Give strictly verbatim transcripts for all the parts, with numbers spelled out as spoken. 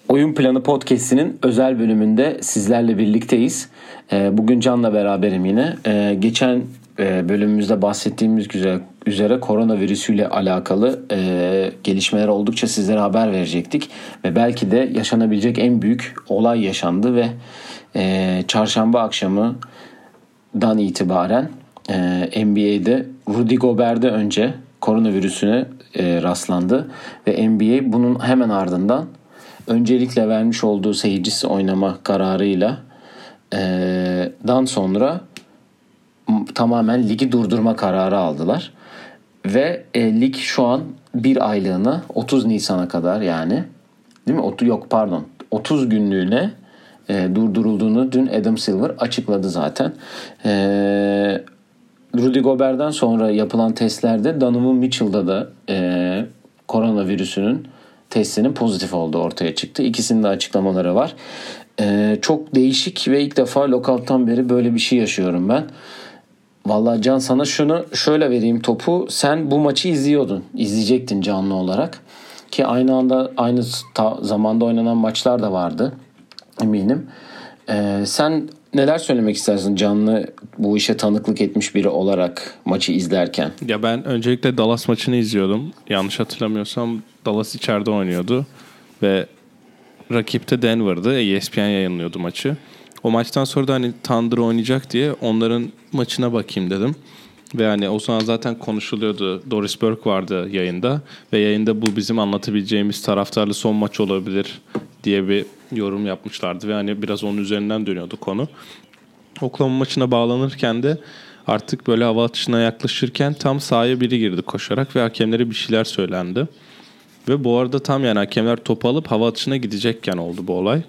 Oyun Planı Podcast'inin özel bölümünde sizlerle birlikteyiz. Bugün Can'la beraberim yine. Geçen bölümümüzde bahsettiğimiz üzere koronavirüsüyle alakalı gelişmeler oldukça sizlere haber verecektik. Ve belki de yaşanabilecek en büyük olay yaşandı ve çarşamba akşamından itibaren N B A'de Rudy Gobert'den önce koronavirüsüne rastlandı. Ve N B A bunun hemen ardından öncelikle vermiş olduğu seyircisi oynama kararıyla e, dan sonra tamamen ligi durdurma kararı aldılar. Ve e, lig şu an bir aylığına otuz Nisan'a kadar yani değil mi? Otu yok pardon. otuz günlüğüne e, durdurulduğunu dün Adam Silver açıkladı zaten. Eee Rudy Gobert'den sonra yapılan testlerde Donovan Mitchell'da da e, koronavirüsünün testinin pozitif olduğu ortaya çıktı. İkisinin de açıklamaları var. E, çok değişik ve ilk defa lockout'tan beri böyle bir şey yaşıyorum ben. Vallahi Can, sana şunu şöyle vereyim topu. Sen bu maçı izliyordun. İzleyecektin canlı olarak. Ki aynı anda aynı ta- zamanda oynanan maçlar da vardı. Eminim. E, sen neler söylemek istersin canlı bu işe tanıklık etmiş biri olarak maçı izlerken? Ya ben öncelikle Dallas maçını izliyordum. Yanlış hatırlamıyorsam Dallas içeride oynuyordu ve rakip de Denver'dı. E S P N yayınlıyordu maçı. O maçtan sonra da hani Thunder oynayacak diye onların maçına bakayım dedim. Ve hani o zaman zaten konuşuluyordu. Doris Burke vardı yayında ve yayında bu bizim anlatabileceğimiz taraftarlı son maç olabilir diye bir yorum yapmışlardı ve hani biraz onun üzerinden dönüyordu konu. Oklahoma maçına bağlanırken de artık böyle hava atışına yaklaşırken tam sahaya biri girdi koşarak ve hakemlere bir şeyler söylendi. Ve bu arada tam yani hakemler topu alıp hava atışına gidecekken oldu bu olay.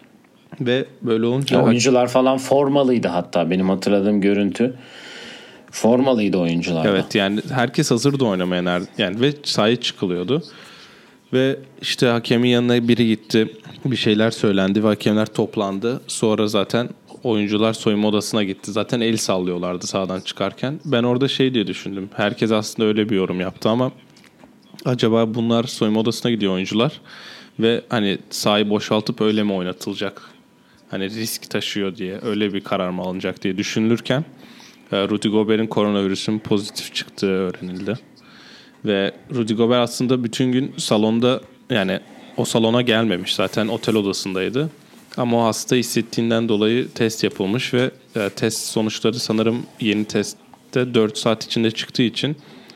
Ve böyle olunca... Ya oyuncular falan formalıydı hatta benim hatırladığım görüntü. Formalıydı oyuncular. Evet yani herkes hazırdı oynamaya yani ve sahaya çıkılıyordu. Ve işte hakemin yanına biri gitti. Bir şeyler söylendi ve hakemler toplandı. Sonra zaten oyuncular soyunma odasına gitti. Zaten el sallıyorlardı sahadan çıkarken. Ben orada şey diye düşündüm. Herkes aslında öyle bir yorum yaptı ama acaba bunlar soyunma odasına gidiyor oyuncular ve hani sahayı boşaltıp öyle mi oynatılacak? Hani risk taşıyor diye öyle bir karar mı alınacak diye düşünülürken Rudy Gobert'in koronavirüsün pozitif çıktığı öğrenildi. Ve Rudy Gobert aslında bütün gün salonda yani o salona gelmemiş. Zaten otel odasındaydı. Ama o hasta hissettiğinden dolayı test yapılmış ve e, test sonuçları sanırım yeni testte dört saat içinde çıktığı için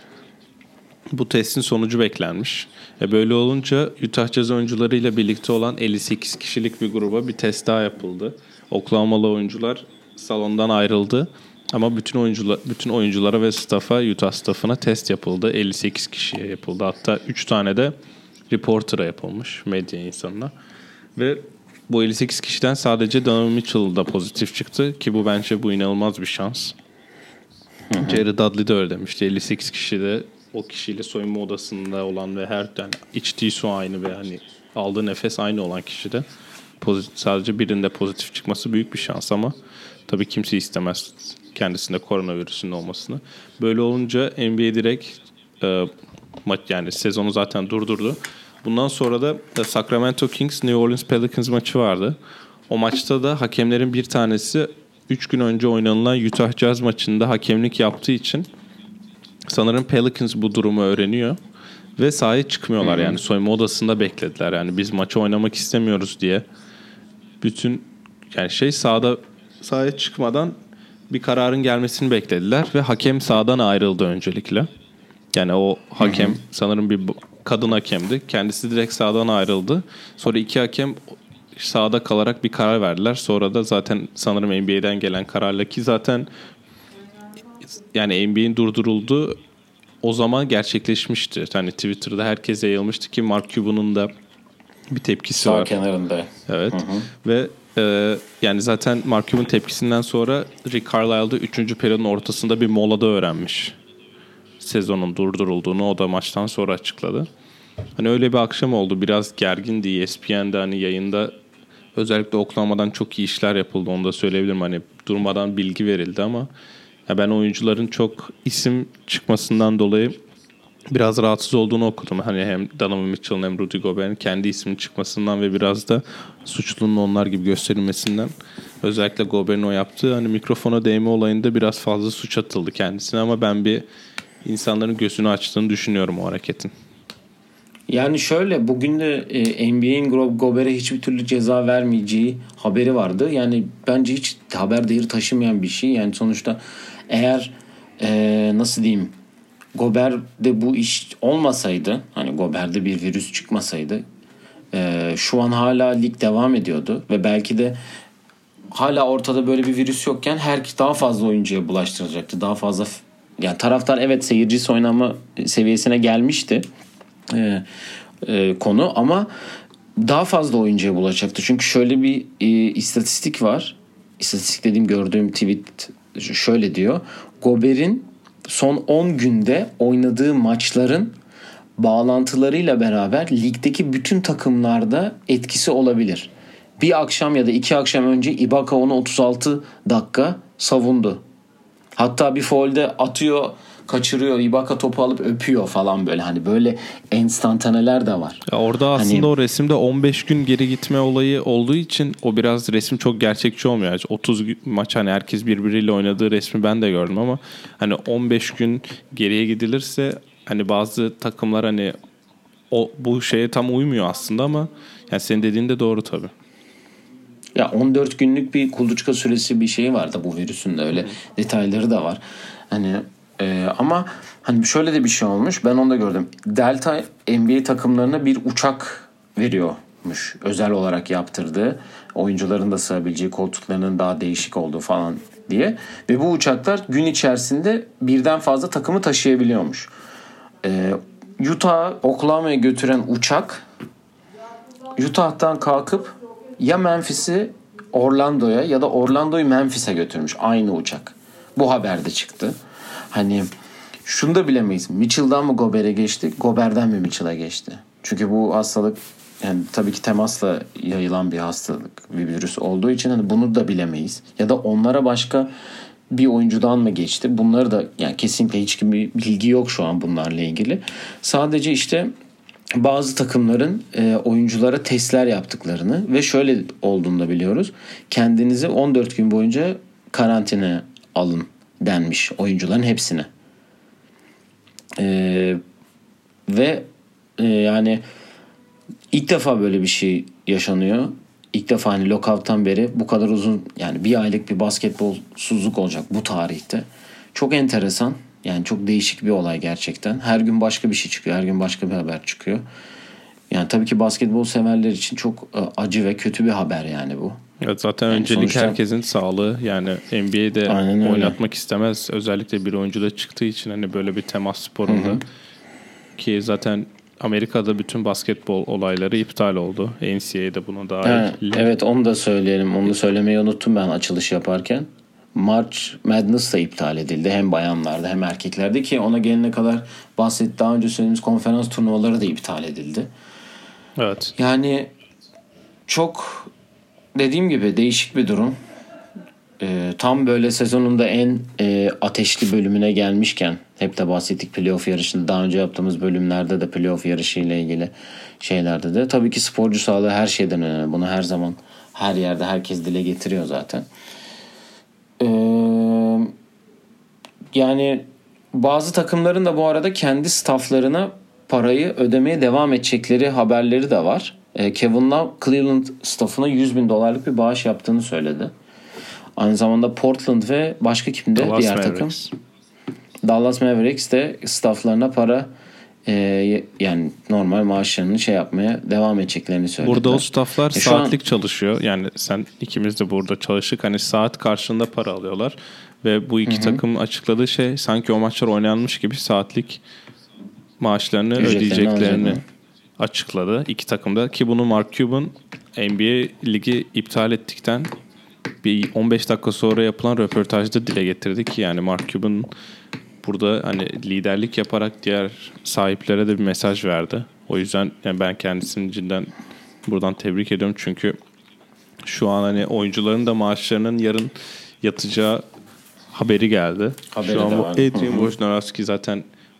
bu testin sonucu beklenmiş. E böyle olunca Utah Jazz oyuncularıyla birlikte olan elli sekiz kişilik bir gruba bir test daha yapıldı. Oklahoma'lı oyuncular salondan ayrıldı. Ama bütün oyuncular, bütün oyunculara ve staff'a, Utah staff'ına test yapıldı. elli sekiz kişiye yapıldı. Hatta üç tane de reporter'a yapılmış, medya insanına. Ve bu elli sekiz kişiden sadece Donovan Mitchell da pozitif çıktı. Ki bu bence bu inanılmaz bir şans. Hı hı. Jerry Dudley de öyle demişti. elli sekiz kişi de o kişiyle soyunma odasında olan ve her yani içtiği su aynı ve hani aldığı nefes aynı olan kişi de pozitif, sadece birinde pozitif çıkması büyük bir şans ama tabii kimse istemez kendisinde koronavirüsünün olmasını. Böyle olunca N B A direkt e, maç yani sezonu zaten durdurdu. Bundan sonra da Sacramento Kings New Orleans Pelicans maçı vardı. O maçta da hakemlerin bir tanesi üç gün önce oynanılan Utah Jazz maçında hakemlik yaptığı için sanırım Pelicans bu durumu öğreniyor ve sahaya çıkmıyorlar. Hı-hı. Yani soyunma odasında beklediler. Yani biz maçı oynamak istemiyoruz diye. Bütün yani şey sahada sahaya çıkmadan bir kararın gelmesini beklediler ve hakem sahadan ayrıldı öncelikle. Yani o hakem Hı-hı. sanırım bir kadın hakemdi. Kendisi direkt sahadan ayrıldı. Sonra iki hakem sahada kalarak bir karar verdiler. Sonra da zaten sanırım N B A'den gelen kararla ki zaten yani N B A'nin durdurulduğu o zaman gerçekleşmişti. Yani Twitter'da herkese yayılmıştı ki Mark Cuban'ın da bir tepkisi sağ var. Sağ kenarında. Evet. Hı hı. Ve e, yani zaten Mark Cuban'ın tepkisinden sonra Rick Carlisle'da üçüncü periyodun ortasında bir molada öğrenmiş sezonun durdurulduğunu. O da maçtan sonra açıkladı. Hani öyle bir akşam oldu. Biraz gergindi. E S P N'de hani yayında özellikle Oklahoma'dan çok iyi işler yapıldı. Onu da söyleyebilirim. Hani durmadan bilgi verildi ama ya ben oyuncuların çok isim çıkmasından dolayı biraz rahatsız olduğunu okudum. Hani hem Donovan Mitchell'ın hem Rudy Gobert'in kendi isminin çıkmasından ve biraz da suçlunun onlar gibi gösterilmesinden. Özellikle Gobert'in o yaptığı hani mikrofona değme olayında biraz fazla suç atıldı kendisine ama ben bir insanların gözünü açtığını düşünüyorum o hareketin. Yani şöyle, bugün de e, N B A'in Gobert'e hiçbir türlü ceza vermeyeceği haberi vardı. Yani bence hiç haber değeri taşımayan bir şey. Yani sonuçta eğer e, nasıl diyeyim, Gobert'de bu iş olmasaydı, hani Gobert'de bir virüs çıkmasaydı e, şu an hala lig devam ediyordu ve belki de hala ortada böyle bir virüs yokken herkes daha fazla oyuncuya bulaştıracaktı. Daha fazla, yani taraftar evet seyircisi oynama seviyesine gelmişti e, e, konu ama daha fazla oyuncuya bulaşacaktı. Çünkü şöyle bir e, istatistik var. İstatistik dediğim, gördüğüm tweet şöyle diyor. Gobert'in son on günde oynadığı maçların bağlantılarıyla beraber ligdeki bütün takımlarda etkisi olabilir. Bir akşam ya da iki akşam önce Ibaka onu otuz altı dakika savundu. Hatta bir faulde atıyor, kaçırıyor, Ibaka topu alıp öpüyor falan böyle. Hani böyle enstantaneler de var. Ya orada aslında hani, o resimde on beş gün geri gitme olayı olduğu için o biraz resim çok gerçekçi olmuyor. Yani otuz maç, hani herkes birbiriyle oynadığı resmi ben de gördüm ama hani on beş gün geriye gidilirse hani bazı takımlar hani o bu şeye tam uymuyor aslında ama yani senin dediğin de doğru tabii. Ya on dört günlük bir kuluçka süresi bir şey vardı bu virüsün de, öyle Hı. detayları da var. Hani e, ama hani şöyle de bir şey olmuş. Ben onu da gördüm. Delta N B A takımlarına bir uçak veriyormuş. Özel olarak yaptırdığı. Oyuncuların da sığabileceği, koltuklarının daha değişik olduğu falan diye. Ve bu uçaklar gün içerisinde birden fazla takımı taşıyabiliyormuş. E, Utah, Oklahoma'ya götüren uçak Utah'tan kalkıp ya Memphis'i Orlando'ya ya da Orlando'yu Memphis'e götürmüş aynı uçak. Bu haber de çıktı. Hani şunu da bilemeyiz. Mitchell'dan mı Gobert'e geçti, Gobert'den mi Mitchell'a geçti? Çünkü bu hastalık yani tabii ki temasla yayılan bir hastalık, bir virüs olduğu için hani bunu da bilemeyiz. Ya da onlara başka bir oyuncudan mı geçti? Bunları da yani kesinlikle hiç bir bilgi yok şu an bunlarla ilgili. Sadece işte bazı takımların e, oyunculara testler yaptıklarını ve şöyle olduğunu da biliyoruz. Kendinizi on dört gün boyunca karantinaya alın denmiş oyuncuların hepsine. E, ve e, yani ilk defa böyle bir şey yaşanıyor. İlk defa hani lockout'tan beri bu kadar uzun, yani bir aylık bir basketbolsuzluk olacak bu tarihte. Çok enteresan. Yani çok değişik bir olay gerçekten. Her gün başka bir şey çıkıyor. Her gün başka bir haber çıkıyor. Yani tabii ki basketbol severler için çok acı ve kötü bir haber yani bu. Evet, zaten yani öncelik sonuçta herkesin sağlığı. Yani N B A'de oynatmak istemez. Özellikle bir oyuncu da çıktığı için hani böyle bir temas sporunda. Hı hı. Ki zaten Amerika'da bütün basketbol olayları iptal oldu. N C A A'de buna dahil. Ha, evet, onu da söyleyelim. Onu da söylemeyi unuttum ben açılış yaparken. March Madness da iptal edildi. Hem bayanlarda hem erkeklerde, ki ona gelene kadar bahset daha önce söylediğimiz konferans turnuvaları da iptal edildi. Evet. Yani çok, dediğim gibi, değişik bir durum. Ee, tam böyle sezonunda en e, ateşli bölümüne gelmişken, hep de bahsettik playoff yarışında, daha önce yaptığımız bölümlerde de playoff yarışı ile ilgili şeylerde de tabii ki sporcu sağlığı her şeyden önemli. Bunu her zaman her yerde herkes dile getiriyor zaten. Ee, yani bazı takımların da bu arada kendi stafflarına parayı ödemeye devam edecekleri haberleri de var. Ee, Kevin Love Cleveland staffına yüz bin dolarlık bir bağış yaptığını söyledi. Aynı zamanda Portland ve başka kimde Dallas diğer Mavericks. takım? Dallas Mavericks de stafflarına para e, yani normal maaşlarını şey yapmaya devam edeceklerini söylediler. Burada o stafflar e saatlik an... çalışıyor. Yani sen ikimiz de burada çalıştık. Hani saat karşılığında para alıyorlar. Ve bu iki Hı-hı. takım açıkladığı şey sanki o maçlar oynanmış gibi saatlik maaşlarını Ücretlerini ödeyeceklerini açıkladı. İki takımda, ki bunu Mark Cuban N B A ligi iptal ettikten bir on beş dakika sonra yapılan röportajda dile getirdi ki yani Mark Cuban burada hani liderlik yaparak diğer sahiplere de bir mesaj verdi. O yüzden yani ben kendisini cidden buradan tebrik ediyorum. Çünkü şu an hani oyuncuların da maaşlarının yarın yatacağı haberi geldi. Haberi şu an bu Adrian Wojnarowski zaten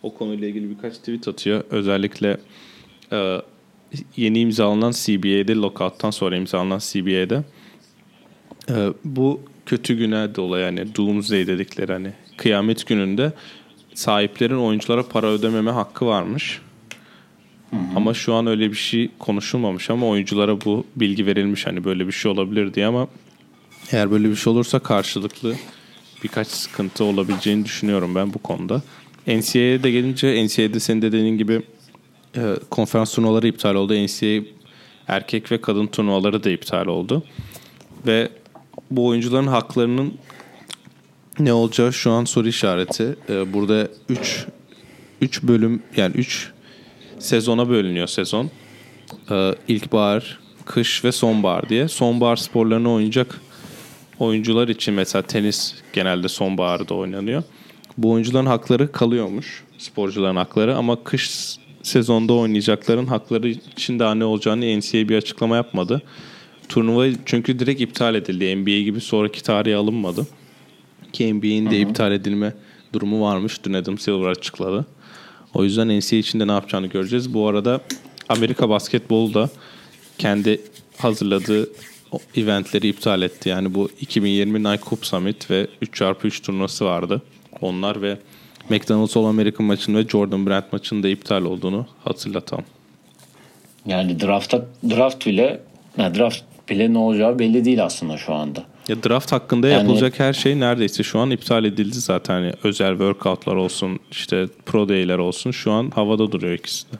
o konuyla ilgili birkaç tweet atıyor. Özellikle e, yeni imzalanan C B A'de, lockout'tan sonra imzalanan C B A'de e, bu kötü güne dolayı, yani Doomsday dedikleri, hani kıyamet gününde sahiplerin oyunculara para ödememe hakkı varmış. Hı hı. Ama şu an öyle bir şey konuşulmamış, ama oyunculara bu bilgi verilmiş, hani böyle bir şey olabilir diye. Ama eğer böyle bir şey olursa karşılıklı birkaç sıkıntı olabileceğini düşünüyorum ben bu konuda. N C A A'ye de gelince, N C A A'de senin de dediğin gibi e, konferans turnuvaları iptal oldu. N C A A erkek ve kadın turnuvaları da iptal oldu. Ve bu oyuncuların haklarının ne olacağı şu an soru işareti. E, burada üç üç bölüm, yani üç sezona bölünüyor sezon. Ee, İlkbahar, kış ve sonbahar diye. Sonbahar sporlarını oynayacak oyuncular için, mesela tenis genelde sonbaharda oynanıyor. Bu oyuncuların hakları kalıyormuş, sporcuların hakları, ama kış sezonda oynayacakların hakları için daha ne olacağını N C A A bir açıklama yapmadı. Turnuva çünkü direkt iptal edildi. N B A gibi sonraki tarihe alınmadı. Ki N B A'in de iptal edilme durumu varmış. Dün Adam Silver açıkladı. O yüzden N C A A içinde ne yapacağını göreceğiz. Bu arada Amerika basketbolu da kendi hazırladığı eventleri iptal etti. Yani bu iki bin yirmi Nike Cup Summit ve üç çarpı üç turnuvası vardı. Onlar ve McDonald's All-American maçının ve Jordan Brand maçının da iptal olduğunu hatırlatalım. Yani drafta, draft bile yani draft bile ne olacağı belli değil aslında şu anda. Ya draft hakkında yani, yapılacak her şey neredeyse şu an iptal edildi zaten. Yani özel workoutlar olsun, işte pro day'ler olsun, şu an havada duruyor ikisi de.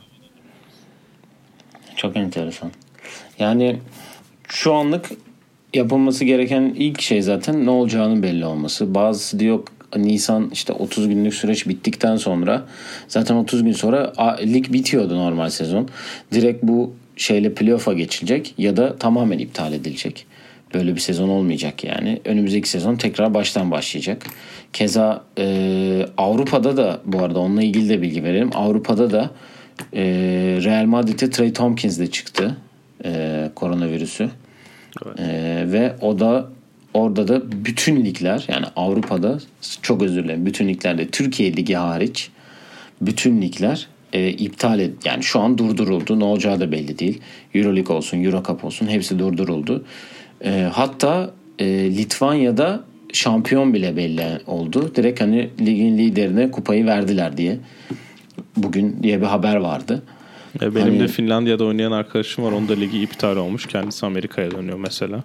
Çok enteresan. Yani şu anlık yapılması gereken ilk şey zaten ne olacağının belli olması. Bazısı diyor Nisan, işte otuz günlük süreç bittikten sonra, zaten otuz gün sonra lig bitiyordu normal sezon. Direkt bu şeyle playoff'a geçilecek ya da tamamen iptal edilecek. Böyle bir sezon olmayacak yani. Önümüzdeki sezon tekrar baştan başlayacak. Keza e, Avrupa'da da, bu arada onunla ilgili de bilgi verelim. Avrupa'da da e, Real Madrid'e Trey Tompkins'de çıktı e, koronavirüsü. Evet. E, ve o da orada da bütün ligler, yani Avrupa'da, çok özür dilerim, bütün liglerde, Türkiye Ligi hariç bütün ligler e, iptal ed yani şu an durduruldu. Ne olacağı da belli değil. Euroleague olsun, Eurocup olsun, hepsi durduruldu. E, hatta e, Litvanya'da şampiyon bile belli oldu. Direkt hani ligin liderine kupayı verdiler diye bugün diye bir haber vardı. E, benim hani, de Finlandiya'da oynayan arkadaşım var. Onda ligi iptal olmuş. Kendisi Amerika'ya dönüyor mesela.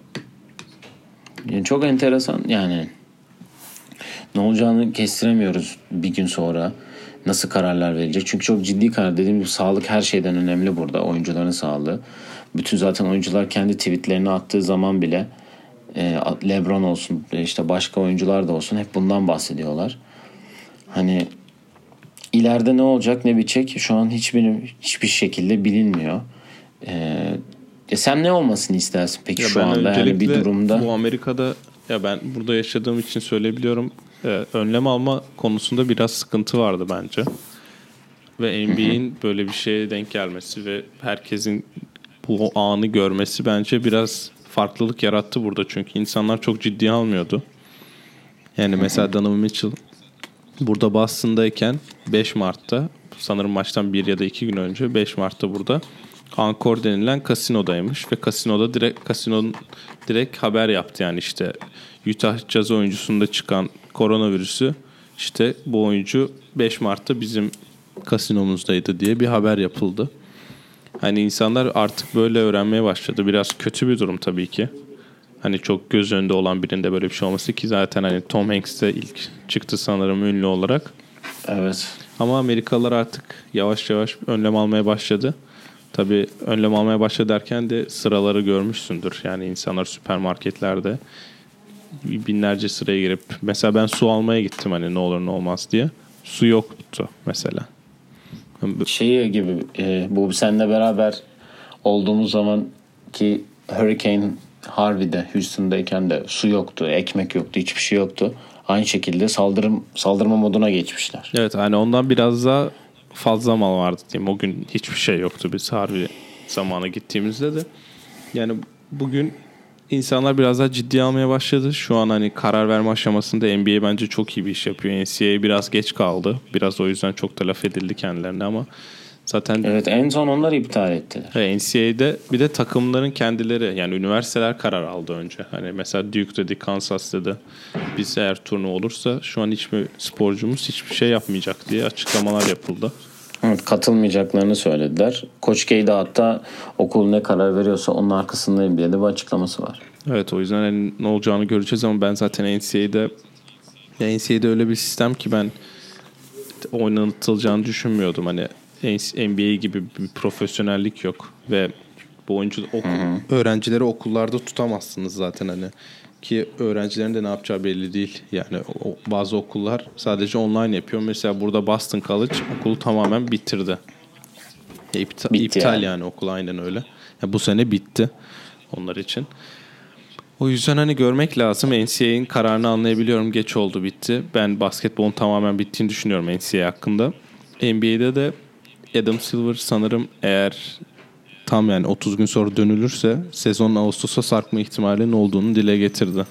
Yani çok enteresan yani. Ne olacağını kestiremiyoruz bir gün sonra. Nasıl kararlar verecek? Çünkü çok ciddi karar. Dediğim gibi sağlık her şeyden önemli burada. Oyuncuların sağlığı. Bütün zaten oyuncular kendi tweetlerini attığı zaman bile e, LeBron olsun, işte başka oyuncular da olsun, hep bundan bahsediyorlar. Hani ileride ne olacak, ne bitecek şu an hiçbir hiçbir şekilde bilinmiyor. E, e sen ne olmasını istersin peki ya şu anda yani bir durumda? Bu Amerika'da, ya ben burada yaşadığım için söyleyebiliyorum. E, önlem alma konusunda biraz sıkıntı vardı bence. Ve N B A'in böyle bir şeye denk gelmesi ve herkesin bu anı görmesi bence biraz farklılık yarattı burada. Çünkü insanlar çok ciddiye almıyordu. Yani mesela Donovan Mitchell burada Boston'dayken beş Mart'ta, sanırım maçtan bir ya da iki gün önce, beş Mart'ta burada Encore denilen kasinodaymış ve kasinoda direkt kasinonun direkt haber yaptı, yani işte Utah Jazz oyuncusunda çıkan koronavirüsü, işte bu oyuncu beş Mart'ta bizim kasinomuzdaydı diye bir haber yapıldı. Hani insanlar artık böyle öğrenmeye başladı. Biraz kötü bir durum tabii ki. Hani çok göz önünde olan birinde böyle bir şey olması, ki zaten hani Tom Hanks de ilk çıktı sanırım ünlü olarak. Evet. Ama Amerikalılar artık yavaş yavaş önlem almaya başladı. Tabii önlem almaya başladı derken de sıraları görmüşsündür. Yani insanlar süpermarketlerde binlerce sıraya girip, mesela ben su almaya gittim hani ne olur ne olmaz diye. Su yoktu mesela. Şey gibi e, bu seninle beraber olduğumuz zaman ki Hurricane Harvey'de, Houston'dayken de su yoktu, ekmek yoktu, hiçbir şey yoktu. Aynı şekilde saldırım saldırma moduna geçmişler. Evet, hani ondan biraz daha fazla mal vardı diyeyim. O gün hiçbir şey yoktu biz Harvey zamanı gittiğimizde de. Yani bugün insanlar biraz daha ciddiye almaya başladı. Şu an hani karar verme aşamasında N B A bence çok iyi bir iş yapıyor. N C A A biraz geç kaldı. Biraz o yüzden çok da laf edildi kendilerine ama zaten evet, en son onlar iptal ettiler. N C A A'de bir de takımların kendileri, yani üniversiteler karar aldı önce. Hani mesela Duke dedi, Kansas dedi. Biz eğer turnuva olursa şu an hiçbir sporcumuz hiçbir şey yapmayacak diye açıklamalar yapıldı. Evet, katılmayacaklarını söylediler. Koç K de hatta okul ne karar veriyorsa onun arkasındayım diye de bir açıklaması var. Evet, o yüzden hani ne olacağını göreceğiz ama ben zaten N C A A'de N C A A'de öyle bir sistem ki ben oynatılacağını düşünmüyordum. Hani N B A gibi bir profesyonellik yok ve bu oyuncu okul, öğrencileri okullarda tutamazsınız zaten hani, ki öğrencilerin de ne yapacağı belli değil. Yani o, bazı okullar sadece online yapıyor. Mesela burada Boston College okulu tamamen bitirdi. İpta, Bitti iptal yani. yani okul aynen öyle. Yani bu sene bitti onlar için. O yüzden hani görmek lazım. N C A A'nin kararını anlayabiliyorum. Geç oldu, bitti. Ben basketbolun tamamen bittiğini düşünüyorum N C A A hakkında. N B A'de de Adam Silver sanırım eğer tam yani otuz gün sonra dönülürse sezonun Ağustos'a sarkma ihtimalinin olduğunu dile getirdi.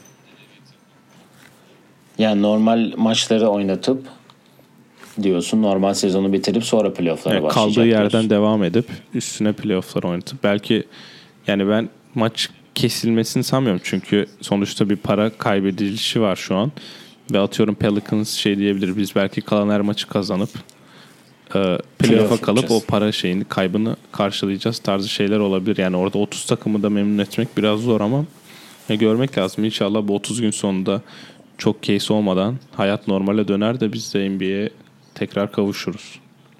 Yani normal maçları oynatıp diyorsun, normal sezonu bitirip sonra playoff'lara Yani başlayacak kaldığı yerden diyorsun. devam edip üstüne playoff'lar oynatıp belki, yani ben maç kesilmesini sanmıyorum çünkü sonuçta bir para kaybedilişi var şu an ve atıyorum Pelicans şey diyebilir, biz belki kalan her maçı kazanıp e, playoff'a kalıp yapacağız. o para şeyini, kaybını karşılayacağız tarzı şeyler olabilir. Yani orada otuz takımı da memnun etmek biraz zor ama ya görmek lazım. İnşallah bu otuz gün sonunda çok case olmadan hayat normale döner de biz de N B A'ye tekrar kavuşuruz.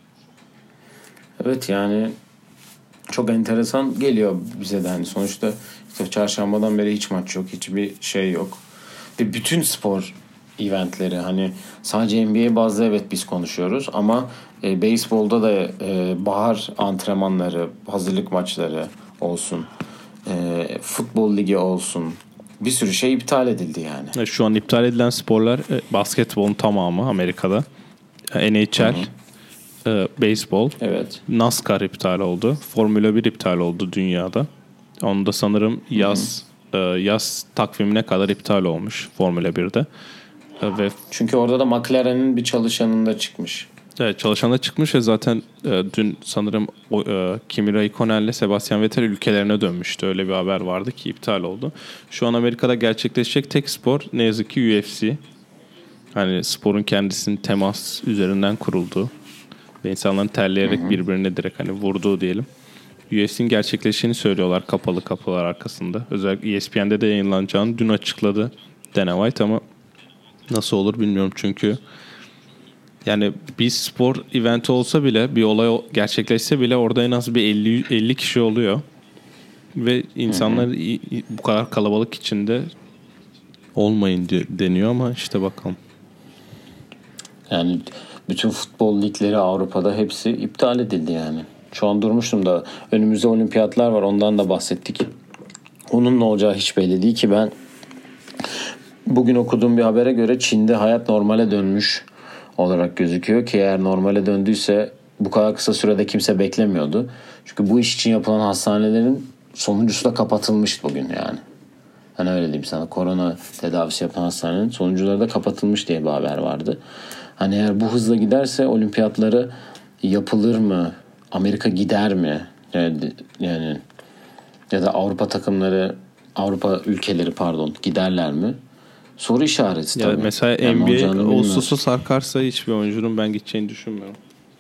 Evet, yani çok enteresan geliyor bize de. Hani sonuçta işte çarşambadan beri hiç maç yok, hiçbir şey yok. Ve bütün spor eventleri, hani sadece N B A bazlı evet biz konuşuyoruz ama e, beyzbolda da e, bahar antrenmanları, hazırlık maçları olsun, e, futbol ligi olsun, bir sürü şey iptal edildi yani. Şu an iptal edilen sporlar e, basketbolun tamamı Amerika'da. N H L, e, beyzbol, Evet. NASCAR iptal oldu. Formula bir iptal oldu dünyada. Onda sanırım yaz e, yaz takvimine kadar iptal olmuş Formula birde. E, ve Çünkü orada da McLaren'in bir çalışanında çıkmış. evet, çalışan da çıkmış ve zaten e, dün sanırım o, e, Kimi Räikkönen'le Sebastian Vettel ülkelerine dönmüştü. Öyle bir haber vardı ki iptal oldu. Şu an Amerika'da gerçekleşecek tek spor ne yazık ki U F C. Hani sporun kendisinin temas üzerinden kurulduğu ve insanların terleyerek hı hı. birbirine direkt hani vurduğu diyelim. U F C'nin gerçekleştiğini söylüyorlar kapalı kapılar arkasında. Özellikle E S P N'de de yayınlanacağını dün açıkladı Dana White ama nasıl olur bilmiyorum çünkü yani bir spor eventi olsa bile, bir olay gerçekleşse bile orada en az bir elli elli kişi oluyor. Ve insanlar hı hı. bu kadar kalabalık içinde olmayın deniyor ama işte bakalım. Yani bütün futbol ligleri Avrupa'da hepsi iptal edildi yani. Şu an durmuştum da önümüzde olimpiyatlar var, ondan da bahsettik. Onun ne olacağı hiç belli değil ki. Ben bugün okuduğum bir habere göre Çin'de hayat normale dönmüş olarak gözüküyor ki eğer normale döndüyse bu kadar kısa sürede kimse beklemiyordu. Çünkü bu iş için yapılan hastanelerin sonuncusu da kapatılmış bugün yani. Hani öyle diyeyim sana, korona tedavisi yapan hastanenin sonuncuları da kapatılmış diye bir haber vardı. Hani eğer bu hızla giderse olimpiyatları yapılır mı? Amerika gider mi? Yani, yani ya da Avrupa takımları, Avrupa ülkeleri pardon giderler mi? Soru işareti tabii. Ya mesela yani N B A Ağustos'a sarkarsa hiçbir oyuncunun ben gideceğini düşünmüyorum.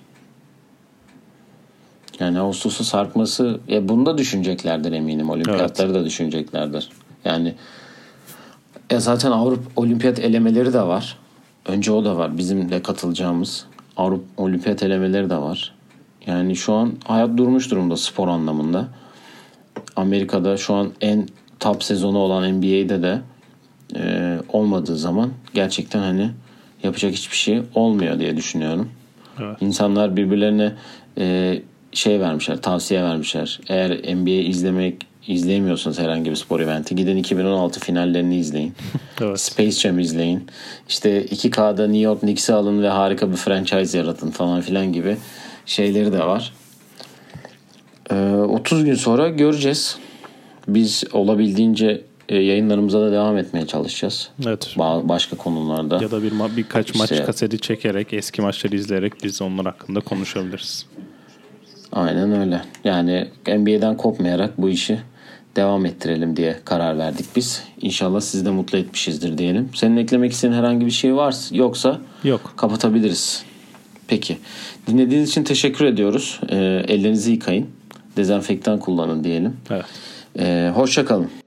Yani Ağustos'a sarkması, ya bunu da düşüneceklerdir eminim. Olimpiyatları evet. da düşüneceklerdir. Yani ya zaten Avrupa olimpiyat elemeleri de var. Önce o da var. Bizim de katılacağımız Avrupa olimpiyat elemeleri de var. Yani şu an hayat durmuş durumda spor anlamında. Amerika'da şu an en top sezonu olan N B A'de de e, olmadığı zaman gerçekten hani yapacak hiçbir şey olmuyor diye düşünüyorum. Evet. İnsanlar birbirlerine e, şey vermişler, tavsiye vermişler. Eğer N B A izlemek izleyemiyorsanız herhangi bir spor eventi, gidin iki bin on altı finallerini izleyin. Evet. Space Jam izleyin. İşte iki K'da New York Knicks'i alın ve harika bir franchise yaratın falan filan gibi şeyleri de var. Ee, otuz gün sonra göreceğiz. Biz olabildiğince e, yayınlarımıza da devam etmeye çalışacağız. Evet. Ba- başka konularda. Ya da bir ma- birkaç İşte- maç kaseti çekerek, eski maçları izleyerek biz onlar hakkında konuşabiliriz. Aynen öyle. Yani N B A'den kopmayarak bu işi devam ettirelim diye karar verdik biz. İnşallah sizi de mutlu etmişizdir diyelim. Senin eklemek istediğin herhangi bir şey varsa yoksa Yok. kapatabiliriz. Peki. Dinlediğiniz için teşekkür ediyoruz. Ee, ellerinizi yıkayın. Dezenfektan kullanın diyelim. Evet. Ee, hoşça kalın.